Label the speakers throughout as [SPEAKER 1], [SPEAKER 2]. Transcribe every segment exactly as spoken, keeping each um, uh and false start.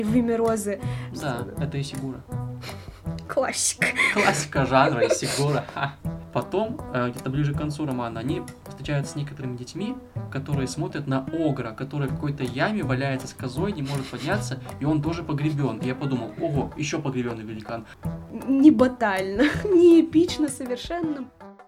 [SPEAKER 1] в имя Розы.
[SPEAKER 2] Да, это Исигуро.
[SPEAKER 1] Классика.
[SPEAKER 2] Классика жанра Исигуро. Потом, где-то ближе к концу романа, они встречаются с некоторыми детьми, которые смотрят на огра, который в какой-то яме валяется с козой, не может подняться, и он тоже погребен. И я подумал, ого, еще погребенный великан.
[SPEAKER 1] Не батально, не эпично совершенно.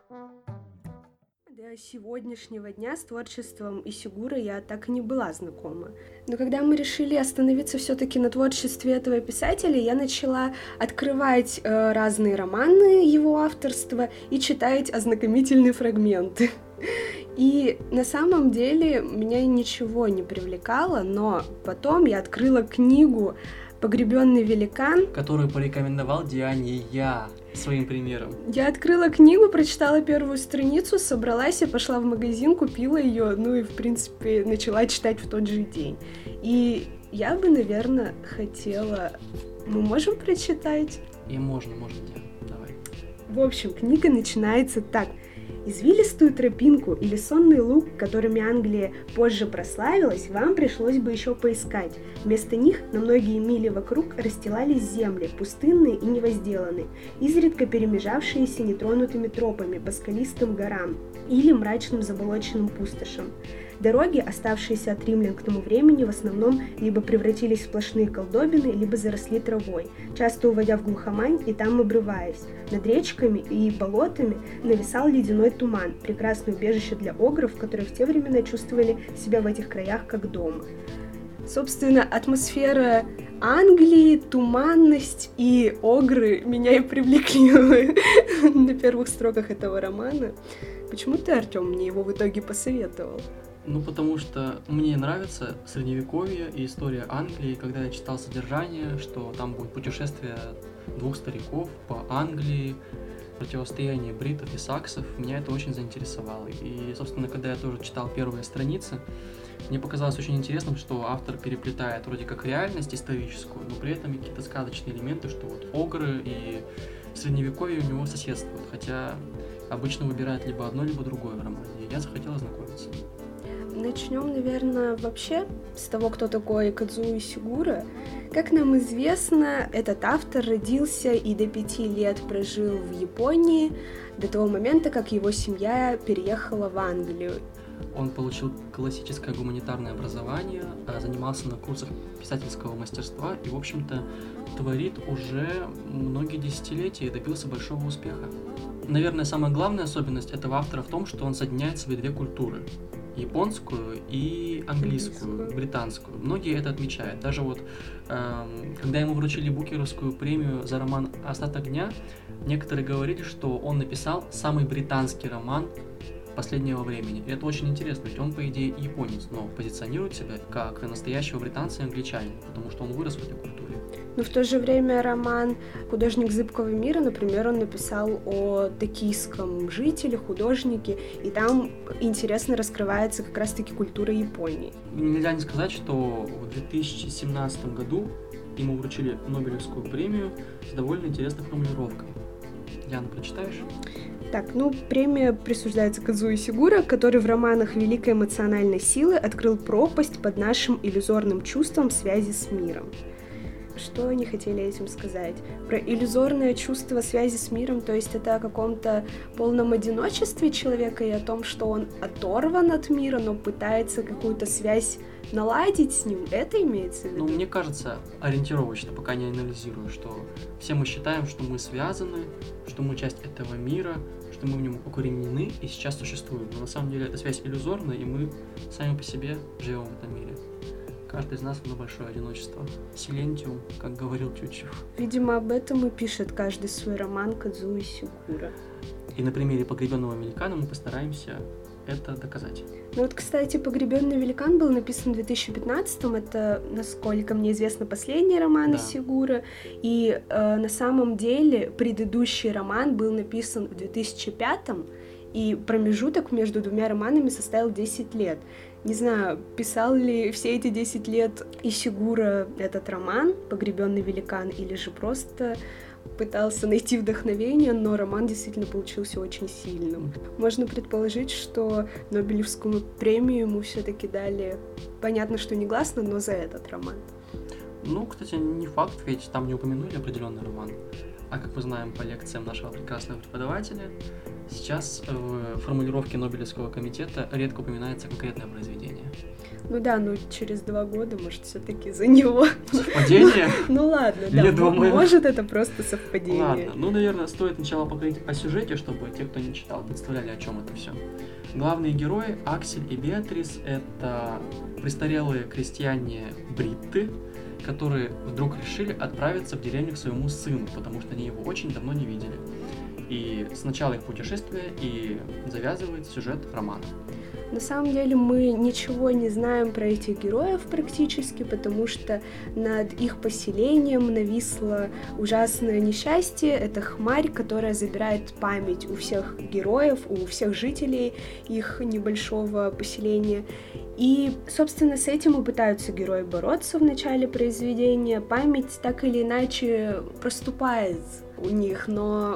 [SPEAKER 1] До сегодняшнего дня с творчеством Исигуро я так и не была знакома. Но когда мы решили остановиться все-таки на творчестве этого писателя, я начала открывать э, разные романы его авторства и читать ознакомительные фрагменты. И на самом деле меня ничего не привлекало, но потом я открыла книгу «Погребенный великан»,
[SPEAKER 2] которую порекомендовал Диане я своим примером.
[SPEAKER 1] Я открыла книгу, прочитала первую страницу, собралась и пошла в магазин, купила ее, ну и, в принципе, начала читать в тот же день. И я бы, наверное, хотела... Мы можем прочитать?
[SPEAKER 2] И можно, можно, Диана, давай.
[SPEAKER 1] В общем, книга начинается так. Извилистую тропинку или сонный луг, которыми Англия позже прославилась, вам пришлось бы еще поискать. Вместо них на многие мили вокруг расстилались земли, пустынные и невозделанные, изредка перемежавшиеся нетронутыми тропами по скалистым горам или мрачным заболоченным пустошам. Дороги, оставшиеся от римлян к тому времени, в основном либо превратились в сплошные колдобины, либо заросли травой, часто уводя в глухомань и там обрываясь. Над речками и болотами нависал ледяной туман, прекрасное убежище для огров, которые в те времена чувствовали себя в этих краях как дома. Собственно, атмосфера Англии, туманность и огры меня и привлекли на первых строках этого романа. Почему ты, Артём, мне его в итоге посоветовал?
[SPEAKER 2] Ну, потому что мне нравится средневековье и история Англии, когда я читал содержание, что там будет путешествие двух стариков по Англии, противостояние бритов и саксов, меня это очень заинтересовало. И, собственно, когда я тоже читал первые страницы, мне показалось очень интересным, что автор переплетает вроде как реальность историческую, но при этом какие-то сказочные элементы, что вот огры и средневековье у него соседствуют, хотя обычно выбирает либо одно, либо другое в романе. И я захотел ознакомиться.
[SPEAKER 1] Начнем, наверное, вообще с того, кто такой Кадзуо Исигуро. Как нам известно, этот автор родился и до пяти лет прожил в Японии, до того момента, как его семья переехала в Англию.
[SPEAKER 2] Он получил классическое гуманитарное образование, занимался на курсах писательского мастерства и, в общем-то, творит уже многие десятилетия и добился большого успеха. Наверное, самая главная особенность этого автора в том, что он соединяет в себе две культуры. Японскую и английскую, английскую, британскую. Многие это отмечают. Даже вот, эм, когда ему вручили Букеровскую премию за роман «Остаток дня», некоторые говорили, что он написал самый британский роман последнего времени. И это очень интересно, ведь он, по идее, японец, но позиционирует себя как настоящего британца и англичанина, потому что он вырос в этой культуре.
[SPEAKER 1] Но в то же время роман «Художник зыбкого мира», например, он написал о токийском жителе, художнике, и там интересно раскрывается как раз-таки культура Японии.
[SPEAKER 2] Нельзя не сказать, что в две тысячи семнадцатом году ему вручили Нобелевскую премию с довольно интересной формулировкой. Яна, прочитаешь?
[SPEAKER 1] Так, ну, премия присуждается Кадзуо Исигуро, который в романах великой эмоциональной силы открыл пропасть под нашим иллюзорным чувством связи с миром. Что они хотели этим сказать? Про иллюзорное чувство связи с миром, то есть это о каком-то полном одиночестве человека и о том, что он оторван от мира, но пытается какую-то связь наладить с ним. Это имеется в виду?
[SPEAKER 2] Ну, мне кажется, ориентировочно, пока не анализирую, что все мы считаем, что мы связаны, что мы часть этого мира, что мы в нем укоренены и сейчас существуем. Но на самом деле эта связь иллюзорна, и мы сами по себе живем в этом мире. Каждый из нас на большое одиночество. Силентиум, как говорил Тютчев.
[SPEAKER 1] Видимо, об этом и пишет каждый свой роман Кадзуо Исигуро.
[SPEAKER 2] И на примере «Погребенного великана» мы постараемся это доказать.
[SPEAKER 1] Ну вот, кстати, «Погребенный великан» был написан в две тысячи пятнадцатом, это, насколько мне известно, последний роман
[SPEAKER 2] да.
[SPEAKER 1] Исигуро, и э, на самом деле предыдущий роман был написан в две тысячи пятом, и промежуток между двумя романами составил десять лет. Не знаю, писал ли все эти десять лет Исигуро этот роман «Погребенный великан», или же просто пытался найти вдохновение, но роман действительно получился очень сильным. Можно предположить, что Нобелевскую премию ему все-таки дали, понятно, что негласно, но за этот роман.
[SPEAKER 2] Ну, кстати, не факт, ведь там не упомянули определенный роман. А как мы знаем по лекциям нашего прекрасного преподавателя, сейчас в формулировке Нобелевского комитета редко упоминается конкретное произведение.
[SPEAKER 1] Ну да, ну через два года, может, все-таки за него.
[SPEAKER 2] Совпадение?
[SPEAKER 1] Ну ладно, да, может это просто совпадение.
[SPEAKER 2] Ладно, ну, наверное, стоит сначала поговорить о сюжете, чтобы те, кто не читал, представляли, о чем это все. Главные герои Аксель и Беатрис — это престарелые крестьяне бритты, которые вдруг решили отправиться в деревню к своему сыну, потому что они его очень давно не видели. И сначала их путешествия и завязывает сюжет романа.
[SPEAKER 1] На самом деле мы ничего не знаем про этих героев практически, потому что над их поселением нависло ужасное несчастье. Это хмарь, которая забирает память у всех героев, у всех жителей их небольшого поселения. И, собственно, с этим и пытаются герои бороться в начале произведения. Память так или иначе проступает у них, но...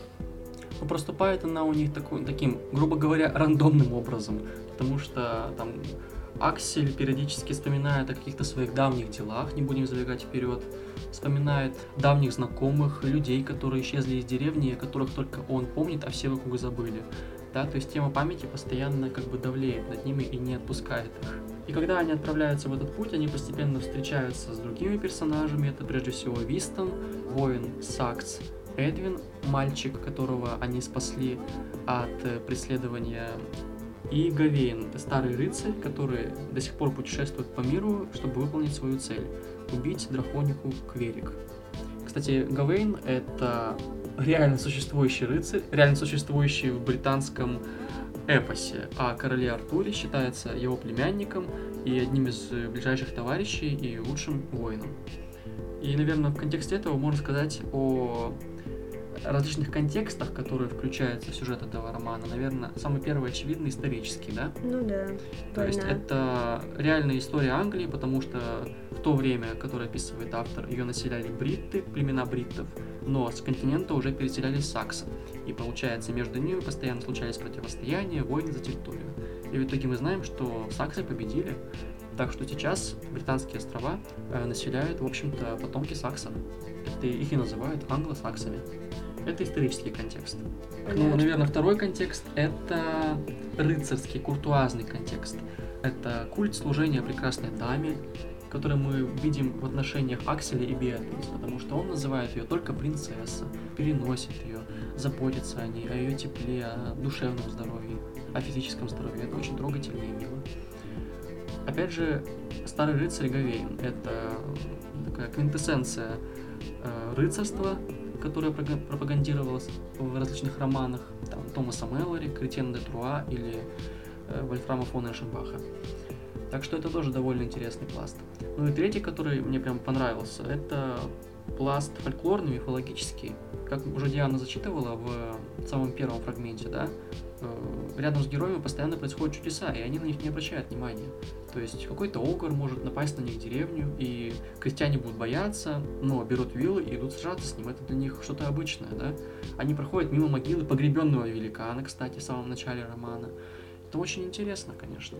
[SPEAKER 2] Но проступает она у них такой, таким, грубо говоря, рандомным образом, потому что там Аксель периодически вспоминает о каких-то своих давних делах, не будем забегать вперед, вспоминает давних знакомых, людей, которые исчезли из деревни, о которых только он помнит, а все вокруг забыли. Да, то есть тема памяти постоянно как бы давлеет над ними и не отпускает их. И когда они отправляются в этот путь, они постепенно встречаются с другими персонажами. Это прежде всего Вистон, воин Сакс, Эдвин, мальчик, которого они спасли от преследования, и Гавейн, старый рыцарь, который до сих пор путешествует по миру, чтобы выполнить свою цель — убить драконику Кверик. Кстати, Гавейн — это реально существующий рыцарь, реально существующий в британском эпосе о короле Артуре, считается его племянником и одним из ближайших товарищей и лучшим воином. И, наверное, в контексте этого можно сказать о различных контекстах, которые включаются в сюжет этого романа. Наверное, самый первый очевидный — исторический, да?
[SPEAKER 1] Ну да.
[SPEAKER 2] То война. Есть это реальная история Англии, потому что в то время, которое описывает автор, ее населяли бритты, племена бриттов, но с континента уже переселялись саксы. И получается, между ними постоянно случались противостояния, войны за территорию. И в итоге мы знаем, что саксы победили. Так что сейчас британские острова э, населяют, в общем-то, потомки саксов. Это их и называют англосаксами. Это исторический контекст. Ну, наверное, второй контекст — это рыцарский, куртуазный контекст. Это культ служения прекрасной даме, который мы видим в отношениях Акселя и Беатрис, потому что он называет ее только принцесса, переносит ее, заботится о ней, о ее тепле, о душевном здоровье, о физическом здоровье. Это очень трогательно и мило. Опять же, старый рыцарь Гавейн — это такая квинтэссенция э, рыцарства, которая пропагандировалась в различных романах там, Томаса Мэллори, Кретена де Труа или э, Вольфрама фон Эшенбаха. Так что это тоже довольно интересный пласт. Ну и третий, который мне прям понравился, это пласт фольклорный, мифологический. Как уже Диана зачитывала в самом первом фрагменте, да, рядом с героями постоянно происходят чудеса, и они на них не обращают внимания. То есть какой-то огр может напасть на них в деревню, и крестьяне будут бояться, но берут вилы и идут сражаться с ним. Это для них что-то обычное, да. Они проходят мимо могилы погребенного великана, кстати, в самом начале романа. Это очень интересно, конечно.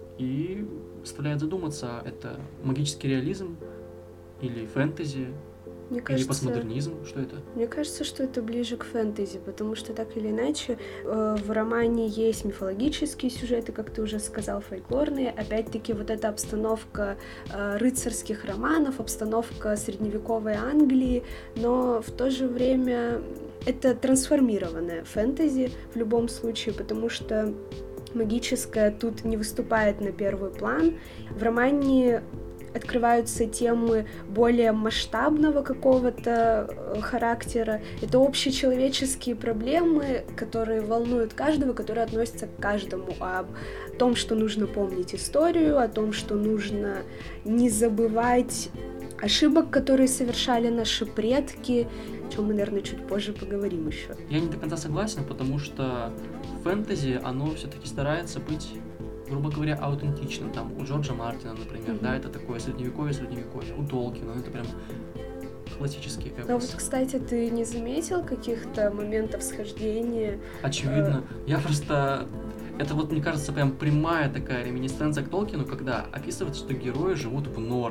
[SPEAKER 2] И заставляет задуматься, это магический реализм или фэнтези,
[SPEAKER 1] Мне кажется,
[SPEAKER 2] или постмодернизм, что это?
[SPEAKER 1] Мне кажется, что это ближе к фэнтези, потому что так или иначе э, в романе есть мифологические сюжеты, как ты уже сказал, фольклорные. Опять-таки вот эта обстановка э, рыцарских романов, обстановка средневековой Англии, но в то же время это трансформированное фэнтези в любом случае, потому что магическое тут не выступает на первый план. В романе открываются темы более масштабного какого-то характера. Это общечеловеческие проблемы, которые волнуют каждого, которые относятся к каждому. О том, что нужно помнить историю, о том, что нужно не забывать ошибок, которые совершали наши предки, о чем мы, наверное, чуть позже поговорим еще.
[SPEAKER 2] Я не до конца согласен, потому что фэнтези, оно все-таки старается быть, грубо говоря, аутентичным. Там у Джорджа Мартина, например, mm-hmm. да, это такое средневековье-средневековье. У Толкина это прям классический эпос.
[SPEAKER 1] Но вот, кстати, ты не заметил каких-то моментов схождения?
[SPEAKER 2] Очевидно. Я просто... Это вот, мне кажется, прям прямая такая реминисценция к Толкину, когда описывается, что герои живут в норах.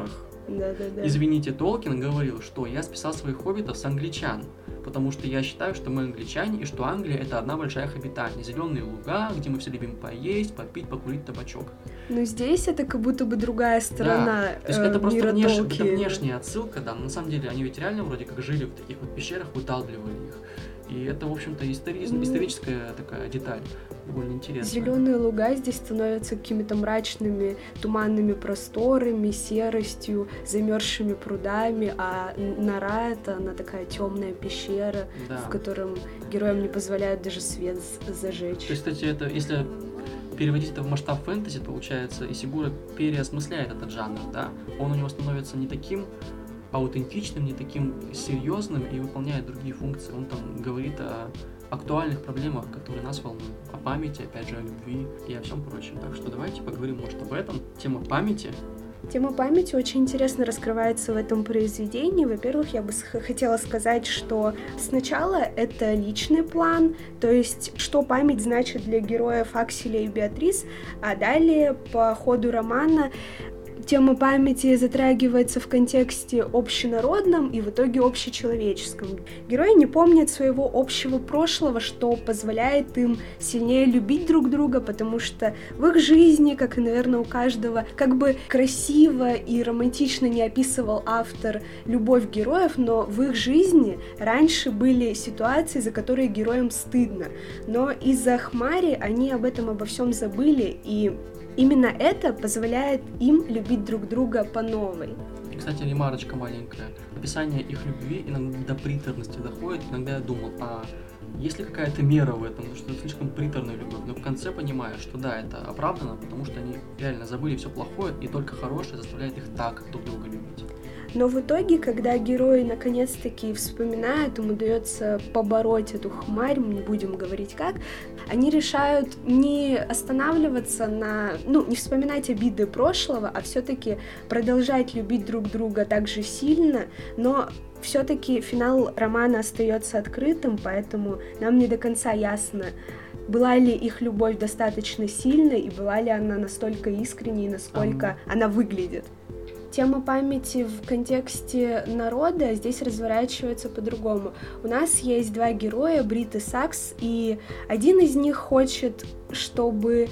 [SPEAKER 1] Да-да-да.
[SPEAKER 2] Извините, Толкин говорил, что я списал своих хоббитов с англичан, потому что я считаю, что мы англичане, и что Англия — это одна большая хоббитальня. Зеленые луга, где мы все любим поесть, попить, покурить табачок.
[SPEAKER 1] Но здесь это как будто бы другая сторона
[SPEAKER 2] да. То есть
[SPEAKER 1] э,
[SPEAKER 2] это просто
[SPEAKER 1] мира
[SPEAKER 2] внеш...
[SPEAKER 1] Толкиена.
[SPEAKER 2] это внешняя отсылка, да, но на самом деле они ведь реально вроде как жили в таких вот пещерах, выталбливали их. И это, в общем-то, истори...
[SPEAKER 1] Ну,
[SPEAKER 2] историческая такая деталь, довольно интересная.
[SPEAKER 1] Зеленые луга здесь становятся какими-то мрачными, туманными просторами, серостью, замерзшими прудами, а нора — это она такая темная пещера,
[SPEAKER 2] да.
[SPEAKER 1] в котором героям не позволяют даже свет зажечь.
[SPEAKER 2] То есть, кстати, это, если переводить это в масштаб фэнтези, получается, Исигура переосмысляет этот жанр, да, он у него становится не таким аутентичным, не таким серьезным и выполняет другие функции. Он там говорит о актуальных проблемах, которые нас волнуют, о памяти, опять же, о любви и о всем прочем. Так что давайте поговорим, может, об этом. Тема памяти.
[SPEAKER 1] Тема памяти очень интересно раскрывается в этом произведении. Во-первых, я бы хотела сказать, что сначала это личный план, то есть что память значит для героев Акселя и Беатрис, а далее по ходу романа тема памяти затрагивается в контексте общенародном и в итоге общечеловеческом. Герои не помнят своего общего прошлого, что позволяет им сильнее любить друг друга, потому что в их жизни, как и, наверное, у каждого, как бы красиво и романтично не описывал автор любовь героев, но в их жизни раньше были ситуации, за которые героям стыдно. Но из-за хмари они об этом обо всем забыли, и именно это позволяет им любить друг друга по новой.
[SPEAKER 2] Кстати, ремарочка маленькая. Описание их любви иногда до приторности доходит. Иногда я думал, а есть ли какая-то мера в этом, потому что это слишком приторная любовь. Но в конце понимаю, что да, это оправдано, потому что они реально забыли все плохое, и только хорошее заставляет их так друг друга любить.
[SPEAKER 1] Но в итоге, когда герои наконец-таки вспоминают, им удается побороть эту хмарь, мы не будем говорить как, они решают не останавливаться на, ну, не вспоминать обиды прошлого, а все-таки продолжать любить друг друга так же сильно, но все-таки финал романа остается открытым, поэтому нам не до конца ясно, была ли их любовь достаточно сильной и была ли она настолько искренней, насколько um. она выглядит. Тема памяти в контексте народа здесь разворачивается по-другому. У нас есть два героя, Брит и Сакс, и один из них хочет, чтобы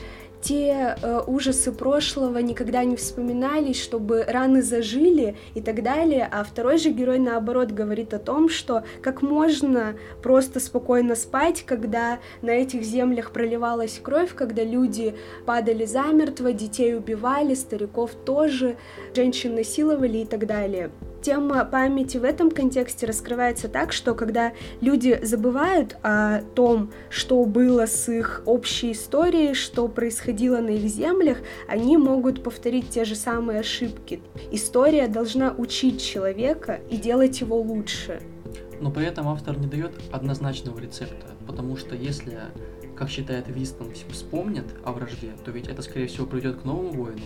[SPEAKER 1] те э, ужасы прошлого никогда не вспоминались, чтобы раны зажили и так далее, а второй же герой, наоборот, говорит о том, что как можно просто спокойно спать, когда на этих землях проливалась кровь, когда люди падали замертво, детей убивали, стариков тоже, женщин насиловали и так далее. Тема памяти в этом контексте раскрывается так, что когда люди забывают о том, что было с их общей историей, что происходило на их землях, они могут повторить те же самые ошибки. История должна учить человека и делать его лучше.
[SPEAKER 2] Но при этом автор не дает однозначного рецепта, потому что если, как считает Вистон, вспомнят о вражде, то ведь это, скорее всего, приведет к новому войну.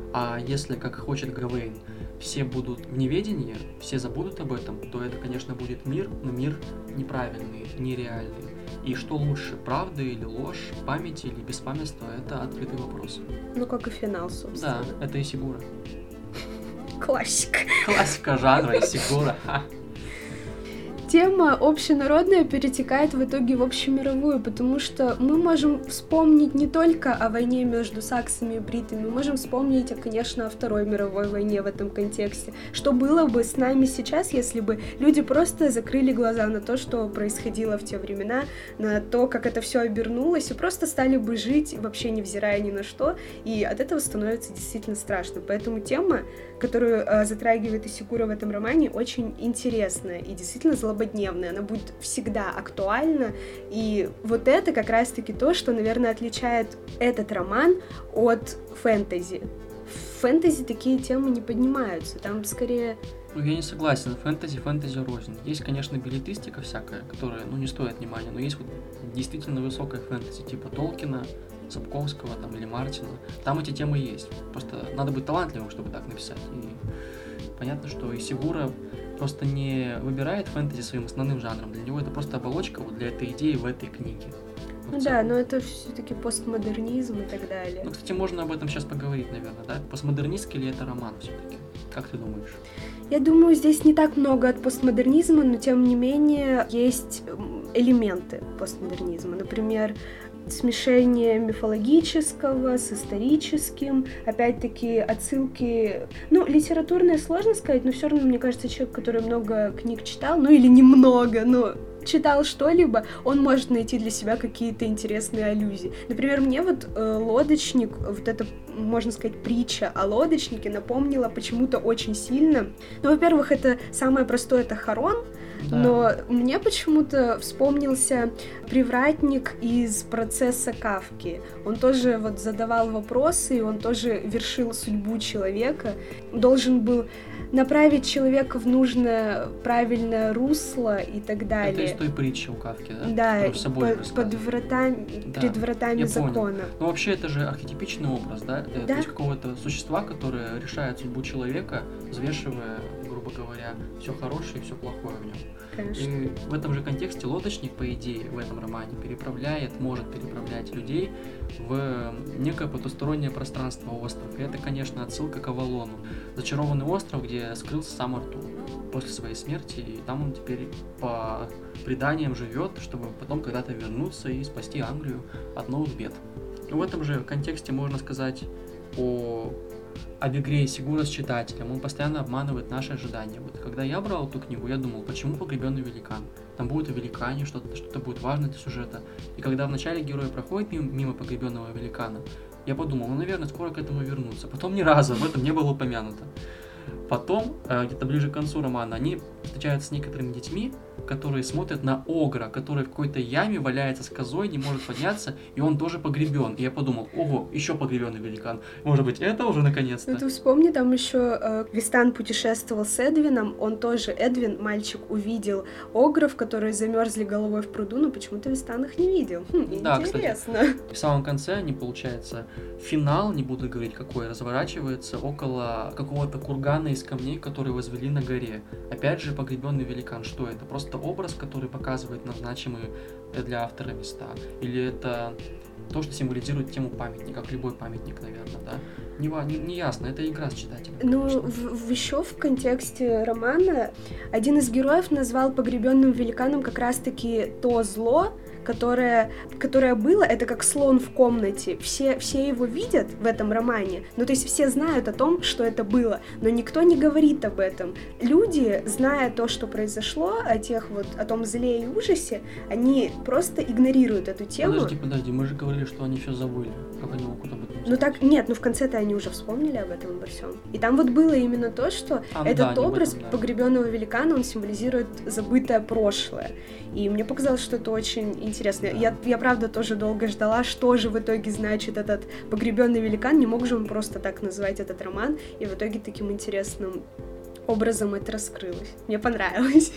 [SPEAKER 2] А если, как хочет Гавейн, все будут в неведении, все забудут об этом, то это, конечно, будет мир, но мир неправильный, нереальный. И что лучше, правда или ложь, память или беспамятство, это открытый вопрос.
[SPEAKER 1] Ну, как и финал, собственно.
[SPEAKER 2] Да, это Исигура.
[SPEAKER 1] Классика.
[SPEAKER 2] Классика жанра Исигура.
[SPEAKER 1] Тема общенародная перетекает в итоге в общемировую, потому что мы можем вспомнить не только о войне между саксами и бритами, мы можем вспомнить, конечно, о Второй мировой войне в этом контексте. Что было бы с нами сейчас, если бы люди просто закрыли глаза на то, что происходило в те времена, на то, как это все обернулось, и просто стали бы жить, вообще невзирая ни на что, и от этого становится действительно страшно. Поэтому тема, которую э, затрагивает Исигура в этом романе, очень интересная и действительно злободневная. Она будет всегда актуальна, и вот это как раз-таки то, что, наверное, отличает этот роман от фэнтези. В фэнтези такие темы не поднимаются, там скорее...
[SPEAKER 2] Ну, я не согласен, фэнтези, фэнтези рознь. Есть, конечно, билетристика всякая, которая, ну, не стоит внимания, но есть вот действительно высокая фэнтези, типа Толкина, Сапковского там, или Мартина. Там эти темы есть. Просто надо быть талантливым, чтобы так написать. И понятно, что Исигура просто не выбирает фэнтези своим основным жанром. Для него это просто оболочка вот для этой идеи в этой книге. Вот
[SPEAKER 1] ну да, но это все-таки постмодернизм и так далее.
[SPEAKER 2] Ну, кстати, можно об этом сейчас поговорить, наверное, да? Постмодернистский ли это роман все-таки? Как ты думаешь?
[SPEAKER 1] Я думаю, здесь не так много от постмодернизма, но тем не менее есть элементы постмодернизма. Например, смешение мифологического с историческим, опять-таки отсылки, ну, литературное сложно сказать, но все равно, мне кажется, человек, который много книг читал, ну или немного, но читал что-либо, он может найти для себя какие-то интересные аллюзии. Например, мне вот э, «Лодочник», вот эта, можно сказать, притча о лодочнике напомнила почему-то очень сильно. Ну, во-первых, это самое простое, это Харон, да. Но мне почему-то вспомнился привратник из «Процесса Кафки». Он тоже вот задавал вопросы, и он тоже вершил судьбу человека, должен был направить человека в нужное, правильное русло и так далее.
[SPEAKER 2] Это из той притчи у Кафки, да?
[SPEAKER 1] Да, под, под вратами, да, пред вратами закона.
[SPEAKER 2] Понял. Ну, вообще, это же архетипичный образ, да?
[SPEAKER 1] Да?
[SPEAKER 2] То есть какого-то существа, которое решает судьбу человека, взвешивая, грубо говоря, все хорошее и все плохое в нем.
[SPEAKER 1] Конечно.
[SPEAKER 2] И в этом же контексте лодочник, по идее, в этом романе переправляет, может переправлять людей в некое потустороннее пространство остров. И это, конечно, отсылка к Авалону. Зачарованный остров, где скрылся сам Артур после своей смерти, и там он теперь по преданиям живет, чтобы потом когда-то вернуться и спасти Англию от новых бед. И в этом же контексте можно сказать о об игре Сигура с читателем. Он постоянно обманывает наши ожидания. Вот когда я брал эту книгу, я думал, почему погребенный великан? Там будет о великане, что-то, что-то будет важно для сюжета. И когда вначале герой проходит мимо, мимо погребенного великана, я подумал, ну, наверное, скоро к этому вернутся. Потом ни разу об этом не было упомянуто. Потом, где-то ближе к концу романа, они встречаются с некоторыми детьми, которые смотрят на огра, который в какой-то яме валяется с козой, не может подняться, и он тоже погребен. И я подумал, ого, еще погребенный великан. Может быть, это уже наконец-то?
[SPEAKER 1] Ну, ты вспомни, там еще э, Вистан путешествовал с Эдвином, он тоже, Эдвин, мальчик, увидел огров, которые замерзли головой в пруду, но почему-то Вистан их не видел. Хм,
[SPEAKER 2] да,
[SPEAKER 1] интересно.
[SPEAKER 2] Кстати, в самом конце они, получается, финал, не буду говорить какой, разворачивается около какого-то кургана из камней, которые возвели на горе. Опять же, погребенный великан, что это? Просто образ, который показывает нам значимые для автора места? Или это то, что символизирует тему памятника, как любой памятник, наверное, да? Не, не, не ясно, это игра с читателем.
[SPEAKER 1] Ну, в, в, еще в контексте романа один из героев назвал погребенным великаном как раз-таки то зло, которое, которое было, это как слон в комнате. Все, все его видят в этом романе, ну, то есть все знают о том, что это было, но никто не говорит об этом. Люди, зная то, что произошло, о тех вот, о том зле и ужасе, они просто игнорируют эту тему.
[SPEAKER 2] Подожди, подожди, мы же говорили, что они все забыли. Как они могут об этом знать?
[SPEAKER 1] Ну так, нет, ну в конце-то они уже вспомнили об этом обо всем. И там вот было именно то, что
[SPEAKER 2] а,
[SPEAKER 1] этот
[SPEAKER 2] да,
[SPEAKER 1] образ
[SPEAKER 2] этом, да.
[SPEAKER 1] погребенного великана, он символизирует забытое прошлое. И мне показалось, что это очень интересно. Да. Я, я правда тоже долго ждала, что же в итоге значит этот погребенный великан. Не мог же он просто так назвать этот роман. И в итоге таким интересным образом это раскрылось. Мне понравилось.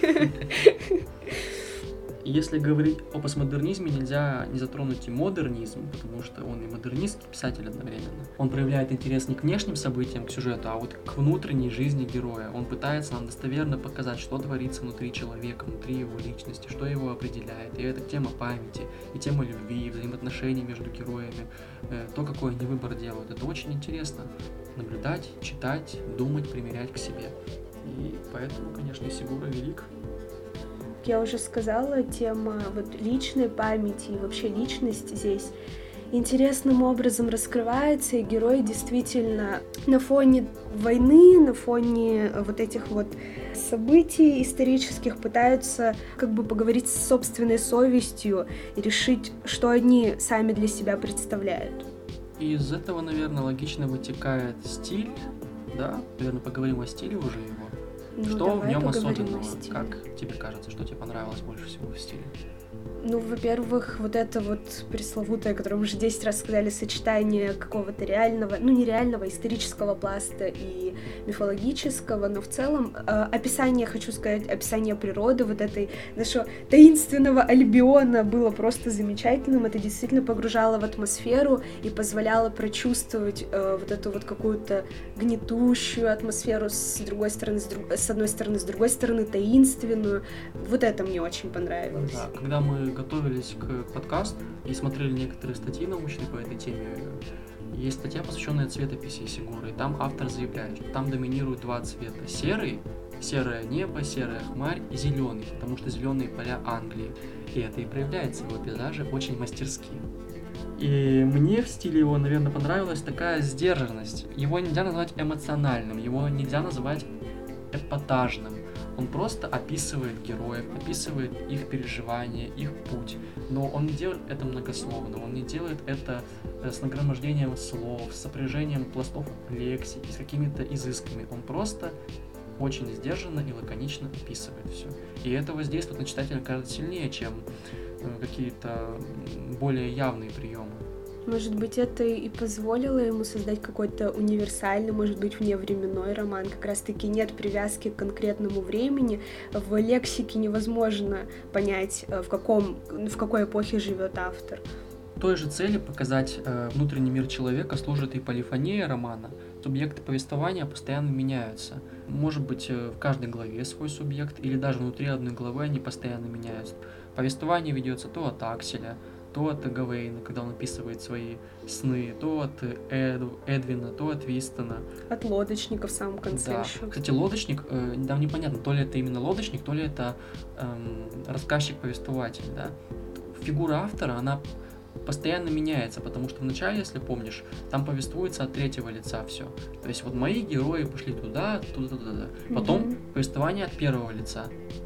[SPEAKER 2] Если говорить о постмодернизме, нельзя не затронуть и модернизм, потому что он и модернистский писатель одновременно. Он проявляет интерес не к внешним событиям, к сюжету, а вот к внутренней жизни героя. Он пытается нам достоверно показать, что творится внутри человека, внутри его личности, что его определяет. И это тема памяти, и тема любви, взаимоотношений между героями, то, какой они выбор делают. Это очень интересно. Наблюдать, читать, думать, примерять к себе. И поэтому, конечно, Сигура велик.
[SPEAKER 1] Я уже сказала, тема вот личной памяти и вообще личность здесь интересным образом раскрывается, и герои действительно на фоне войны, на фоне вот этих вот событий исторических пытаются как бы поговорить с собственной совестью и решить, что они сами для себя представляют.
[SPEAKER 2] И из этого, наверное, логично вытекает стиль, да? Наверное, поговорим о стиле уже его.
[SPEAKER 1] Ну,
[SPEAKER 2] что в нем особенного?
[SPEAKER 1] Как
[SPEAKER 2] тебе кажется, что тебе понравилось больше всего в стиле?
[SPEAKER 1] Ну, во-первых, вот это вот пресловутое, которое мы уже десять раз сказали, сочетание какого-то реального, ну, нереального исторического пласта и мифологического, но в целом э, описание, хочу сказать, описание природы, вот этой нашего таинственного Альбиона было просто замечательным. Это действительно погружало в атмосферу и позволяло прочувствовать э, вот эту вот какую-то гнетущую атмосферу с другой стороны, с, друг... с одной стороны, с другой стороны таинственную. Вот это мне очень понравилось.
[SPEAKER 2] Да, когда мы готовились к подкасту и смотрели некоторые статьи научные по этой теме, Есть статья, посвященная цветописи Исигуры, и там автор заявляет, что там доминируют два цвета. Серый, серое небо, серая хмарь и зеленый, потому что зеленые поля Англии. И это и проявляется в его пейзаже очень мастерски. И мне в стиле его, наверное, понравилась такая сдержанность. Его нельзя назвать эмоциональным, его нельзя назвать эпатажным. Он просто описывает героев, описывает их переживания, их путь. Но он не делает это многословно, он не делает это с нагромождением слов, с сопряжением пластов лексики, с какими-то изысками. Он просто очень сдержанно и лаконично описывает все. И это воздействует на читателя, кажется, сильнее, чем какие-то более явные приемы.
[SPEAKER 1] Может быть, это и позволило ему создать какой-то универсальный, может быть, вневременной роман. Как раз-таки нет привязки к конкретному времени. В лексике невозможно понять, в, каком, в какой эпохе живет автор.
[SPEAKER 2] Той же цели показать э, внутренний мир человека служит и полифония романа. Субъекты повествования постоянно меняются. Может быть, э, в каждой главе свой субъект, или даже внутри одной главы они постоянно меняются. Повествование ведется то от Акселя, то от Эгавейна, когда он описывает свои сны, то от Эд, Эдвина, то от Вистона.
[SPEAKER 1] От лодочника в самом конце
[SPEAKER 2] да.
[SPEAKER 1] еще.
[SPEAKER 2] Кстати, лодочник, э, там непонятно, то ли это именно лодочник, то ли это э, рассказчик-повествователь. Да? Фигура автора, она постоянно меняется, потому что вначале, если помнишь, там повествуется от третьего лица все. То есть вот мои герои пошли туда, туда, туда, туда. Потом mm-hmm. повествование от первого лица.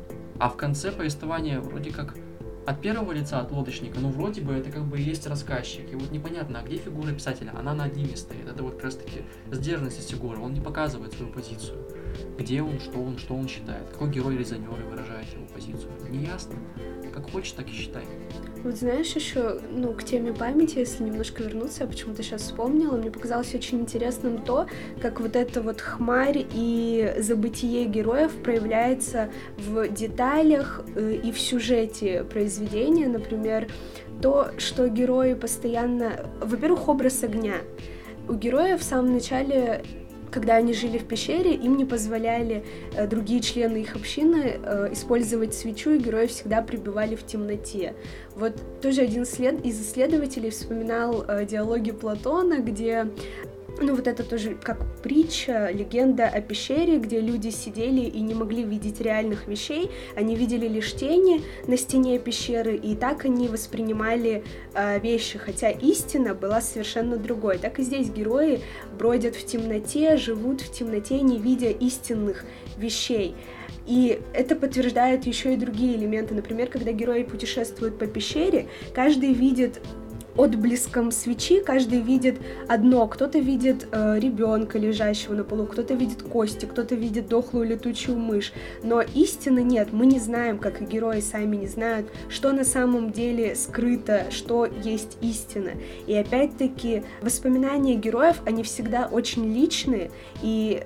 [SPEAKER 2] А в конце повествование вроде как от первого лица, от лодочника, ну вроде бы это как бы и есть рассказчик. И вот непонятно, а где фигура писателя? Она над ними стоит. Это вот как раз таки сдержанность Исигуры. Он не показывает свою позицию. Где он, что он, что он считает. Какой герой резонер и выражает его позицию. Неясно. Как хочешь, так и считай.
[SPEAKER 1] Вот знаешь, еще, ну, к теме памяти, если немножко вернуться, я почему-то сейчас вспомнила, мне показалось очень интересным то, как вот эта вот хмарь и забытие героев проявляется в деталях и в сюжете произведения. Например, то, что герои постоянно... Во-первых, образ огня. У героев в самом начале... Когда они жили в пещере, им не позволяли э, другие члены их общины э, использовать свечу, и герои всегда пребывали в темноте. Вот тоже один след... из исследователей вспоминал э, диалоги Платона, где, ну вот это тоже как притча, легенда о пещере, где люди сидели и не могли видеть реальных вещей, они видели лишь тени на стене пещеры, и так они воспринимали э, вещи, хотя истина была совершенно другой. Так и здесь герои бродят в темноте, живут в темноте, не видя истинных вещей. И это подтверждают еще и другие элементы. Например, когда герои путешествуют по пещере, каждый видит отблеском свечи, каждый видит одно. Кто-то видит э, ребенка, лежащего на полу, кто-то видит кости, кто-то видит дохлую летучую мышь. Но истины нет. Мы не знаем, как и герои сами не знают, что на самом деле скрыто, что есть истина. И опять-таки воспоминания героев, они всегда очень личные, и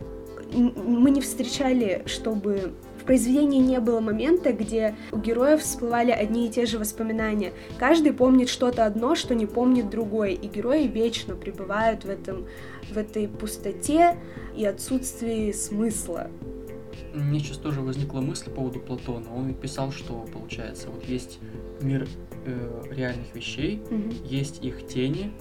[SPEAKER 1] мы не встречали, чтобы... В произведении не было момента, где у героев всплывали одни и те же воспоминания. Каждый помнит что-то одно, что не помнит другой, и герои вечно пребывают в, этом, в этой пустоте и отсутствии смысла.
[SPEAKER 2] Мне сейчас тоже возникла мысль по поводу Платона. Он ведь писал, что, получается, вот есть мир э, реальных вещей, угу. есть их тени,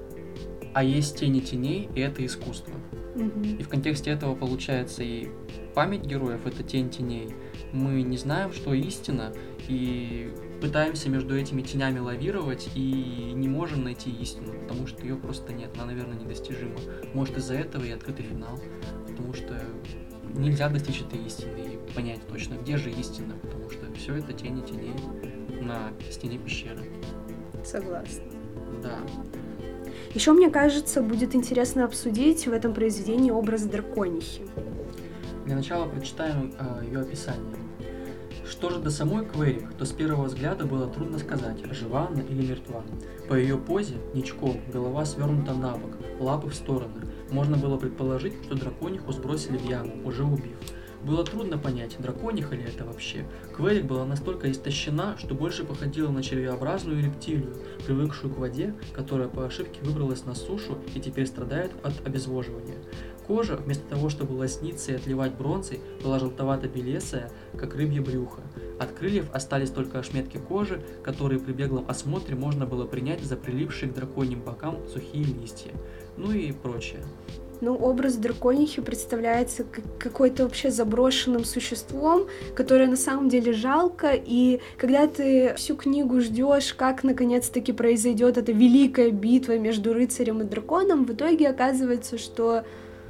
[SPEAKER 2] а есть тени теней, и это искусство. Угу. И в контексте этого, получается, и память героев — это тень теней. Мы не знаем, что истина, и пытаемся между этими тенями лавировать, и не можем найти истину, потому что ее просто нет, она, наверное, недостижима. Может, из-за этого и открытый финал, потому что нельзя достичь этой истины и понять точно, где же истина, потому что все это тени теней на стене пещеры.
[SPEAKER 1] Согласна.
[SPEAKER 2] Да.
[SPEAKER 1] Еще, мне кажется, будет интересно обсудить в этом произведении образ драконихи.
[SPEAKER 2] Для начала прочитаем э, ее описание. Что же до самой Кверих, то с первого взгляда было трудно сказать, жива она или мертва. По ее позе, ничком, голова свернута на бок, лапы в стороны, можно было предположить, что дракониху сбросили в яму, уже убив. Было трудно понять, дракониха ли это вообще. Кверих была настолько истощена, что больше походила на червеобразную рептилию, привыкшую к воде, которая по ошибке выбралась на сушу и теперь страдает от обезвоживания. Кожа, вместо того, чтобы лосниться и отливать бронзой, была желтовато-белесая, как рыбье брюхо. От крыльев остались только ошметки кожи, которые при беглом осмотре можно было принять за прилипшие к драконьим бокам сухие листья. ну и прочее.
[SPEAKER 1] Ну, образ драконихи представляется как какой-то вообще заброшенным существом, которое на самом деле жалко, и когда ты всю книгу ждешь, как наконец-таки произойдет эта великая битва между рыцарем и драконом, в итоге оказывается, что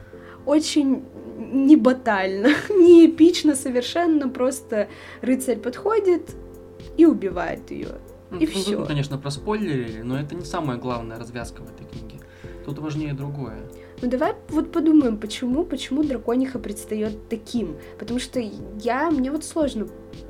[SPEAKER 1] очень не батально, не эпично совершенно, просто рыцарь подходит и убивает ее. И
[SPEAKER 2] ну,
[SPEAKER 1] все.
[SPEAKER 2] Мы, конечно, проспойлерили, но это не самая главная развязка в этой книге. Тут важнее другое.
[SPEAKER 1] Ну давай вот подумаем, почему, почему дракониха предстает таким. Потому что я, мне вот сложно.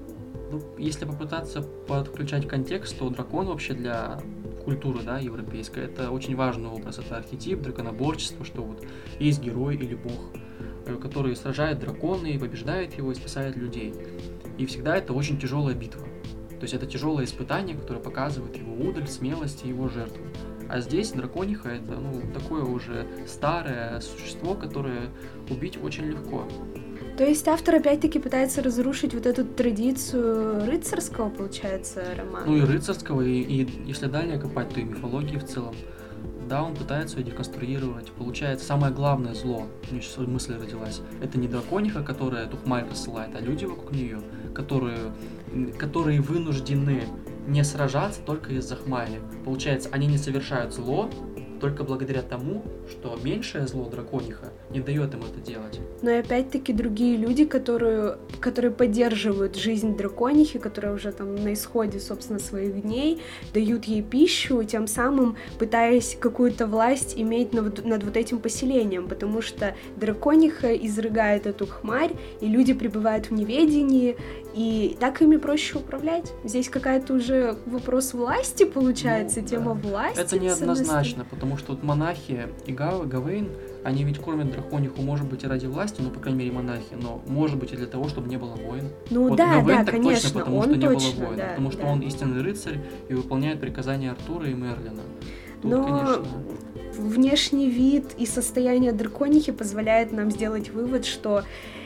[SPEAKER 2] Ну, если попытаться подключать контекст, то дракон вообще для культуры, да, европейской, это очень важный образ. Это архетип драконоборчества, что вот есть герой или бог, который сражает дракона и побеждает его и спасает людей. И всегда это очень тяжелая битва. То есть это тяжелое испытание, которое показывает его удаль, смелость и его жертву. А здесь дракониха — это, ну, такое уже старое существо, которое убить очень легко.
[SPEAKER 1] То есть автор опять-таки пытается разрушить вот эту традицию рыцарского, получается, романа?
[SPEAKER 2] Ну и рыцарского, и, и если далее копать, то и мифологии в целом. Да, он пытается ее деконструировать. Получается, самое главное зло, у меня сейчас мысль родилась, это не дракониха, которая эту хмарь рассылает, а люди вокруг нее, которые, которые вынуждены не сражаться только из-за хмари. Получается, они не совершают зло только благодаря тому, что меньшее зло дракониха не дает им это делать.
[SPEAKER 1] Но и опять-таки другие люди, которые, которые поддерживают жизнь драконихи, которая уже там на исходе, собственно, своих дней, дают ей пищу, тем самым пытаясь какую-то власть иметь над, над вот этим поселением, потому что дракониха изрыгает эту хмарь, и люди пребывают в неведении, и так ими проще управлять. Здесь какая-то уже вопрос власти получается, ну, тема да. власти.
[SPEAKER 2] Это неоднозначно, потому что вот монахи и Гав, Гавейн, они ведь кормят дракониху, может быть, и ради власти, ну, по крайней мере, монахи, но может быть и для того, чтобы не было войн.
[SPEAKER 1] Ну
[SPEAKER 2] вот
[SPEAKER 1] да,
[SPEAKER 2] Гавейн
[SPEAKER 1] да,
[SPEAKER 2] так
[SPEAKER 1] конечно,
[SPEAKER 2] точно, потому
[SPEAKER 1] он
[SPEAKER 2] что не
[SPEAKER 1] точно,
[SPEAKER 2] было войн,
[SPEAKER 1] да,
[SPEAKER 2] потому что
[SPEAKER 1] да.
[SPEAKER 2] он истинный рыцарь и выполняет приказания Артура и Мерлина. Тут,
[SPEAKER 1] но
[SPEAKER 2] конечно...
[SPEAKER 1] внешний вид и состояние драконихи позволяет нам сделать вывод, что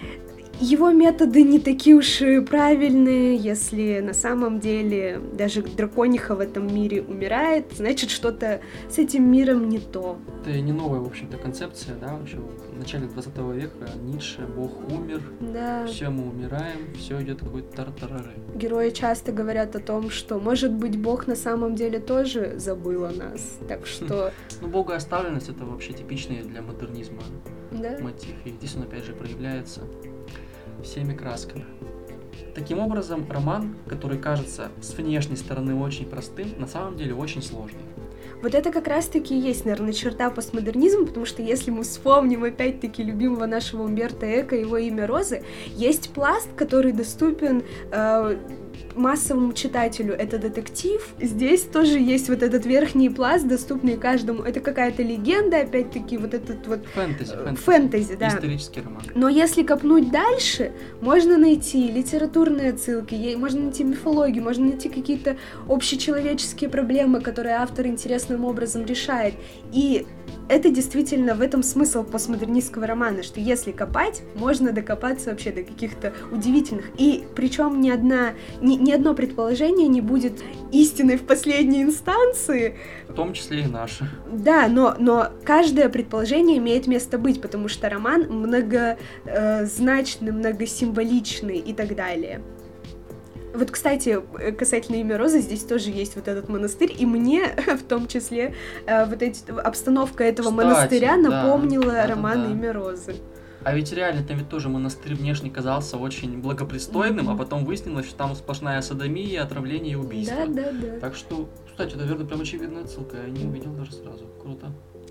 [SPEAKER 1] его методы не такие уж и правильные. Если на самом деле даже дракониха в этом мире умирает, значит, что-то с этим миром не то.
[SPEAKER 2] Это не новая, в общем-то, концепция, да, вообще в начале двадцатого века Ницше, Бог умер,
[SPEAKER 1] да.
[SPEAKER 2] все мы умираем, все идет какой-то тартарары.
[SPEAKER 1] Герои часто говорят о том, что, может быть, Бог на самом деле тоже забыл о нас, так что...
[SPEAKER 2] Ну, богооставленность — это вообще типичный для модернизма мотив, и здесь он опять же проявляется всеми красками. Таким образом, роман, который кажется с внешней стороны очень простым, на самом деле очень сложный.
[SPEAKER 1] Вот это как раз-таки и есть, наверное, черта постмодернизма, потому что если мы вспомним опять-таки любимого нашего Умберто Эко, его «Имя Розы», есть пласт, который доступен э, массовому читателю. Это детектив. Здесь тоже есть вот этот верхний пласт, доступный каждому. Это какая-то легенда, опять-таки, вот этот вот...
[SPEAKER 2] Фэнтези, фэнтези.
[SPEAKER 1] Фэнтези, да.
[SPEAKER 2] Исторический роман.
[SPEAKER 1] Но если копнуть дальше, можно найти литературные отсылки, можно найти мифологию, можно найти какие-то общечеловеческие проблемы, которые автор интересным образом решает. И это действительно в этом смысл постмодернистского романа, что если копать, можно докопаться вообще до каких-то удивительных. И причем ни, одна, ни, ни одно предположение не будет истиной в последней инстанции.
[SPEAKER 2] В том числе и наше.
[SPEAKER 1] Да, но, но каждое предположение имеет место быть, потому что роман многозначный, многосимволичный и так далее. Вот, кстати, касательно «Имя Розы», здесь тоже есть вот этот монастырь, и мне, в том числе, вот эти, обстановка этого Кстати, монастыря напомнила да, роман да, да. «Имя Розы».
[SPEAKER 2] А ведь реально там ведь тоже монастырь внешне казался очень благопристойным, mm-hmm. а потом выяснилось, что там сплошная содомия, отравление и убийство.
[SPEAKER 1] Да, да, да.
[SPEAKER 2] Так что, кстати, наверное, прям очевидная отсылка, я не увидел даже сразу. Круто.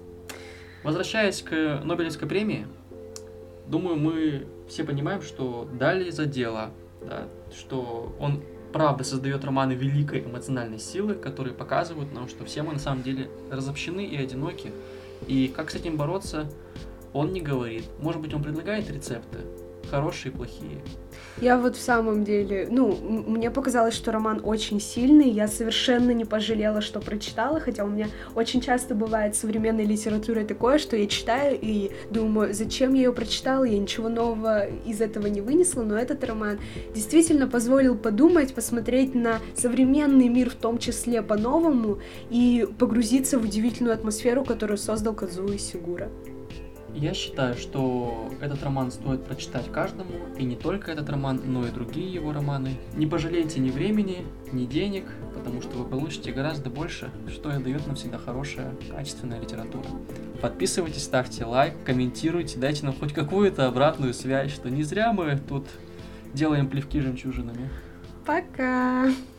[SPEAKER 2] Возвращаясь к Нобелевской премии, думаю, мы все понимаем, что дали за дело, да, что он правда создает романы великой эмоциональной силы, которые показывают нам, что все мы на самом деле разобщены и одиноки. И как с этим бороться, он не говорит. Может быть, он предлагает рецепты, хорошие и плохие.
[SPEAKER 1] Я вот в самом деле, ну, м- мне показалось, что роман очень сильный, я совершенно не пожалела, что прочитала, хотя у меня очень часто бывает с современной литературой такое, что я читаю и думаю, зачем я ее прочитала, я ничего нового из этого не вынесла, но этот роман действительно позволил подумать, посмотреть на современный мир в том числе по-новому и погрузиться в удивительную атмосферу, которую создал Кадзуо Исигура.
[SPEAKER 2] Я считаю, что этот роман стоит прочитать каждому, и не только этот роман, но и другие его романы. Не пожалейте ни времени, ни денег, потому что вы получите гораздо больше, что и дает нам всегда хорошая, качественная литература. Подписывайтесь, ставьте лайк, комментируйте, дайте нам хоть какую-то обратную связь, что не зря мы тут делаем плевки жемчужинами.
[SPEAKER 1] Пока!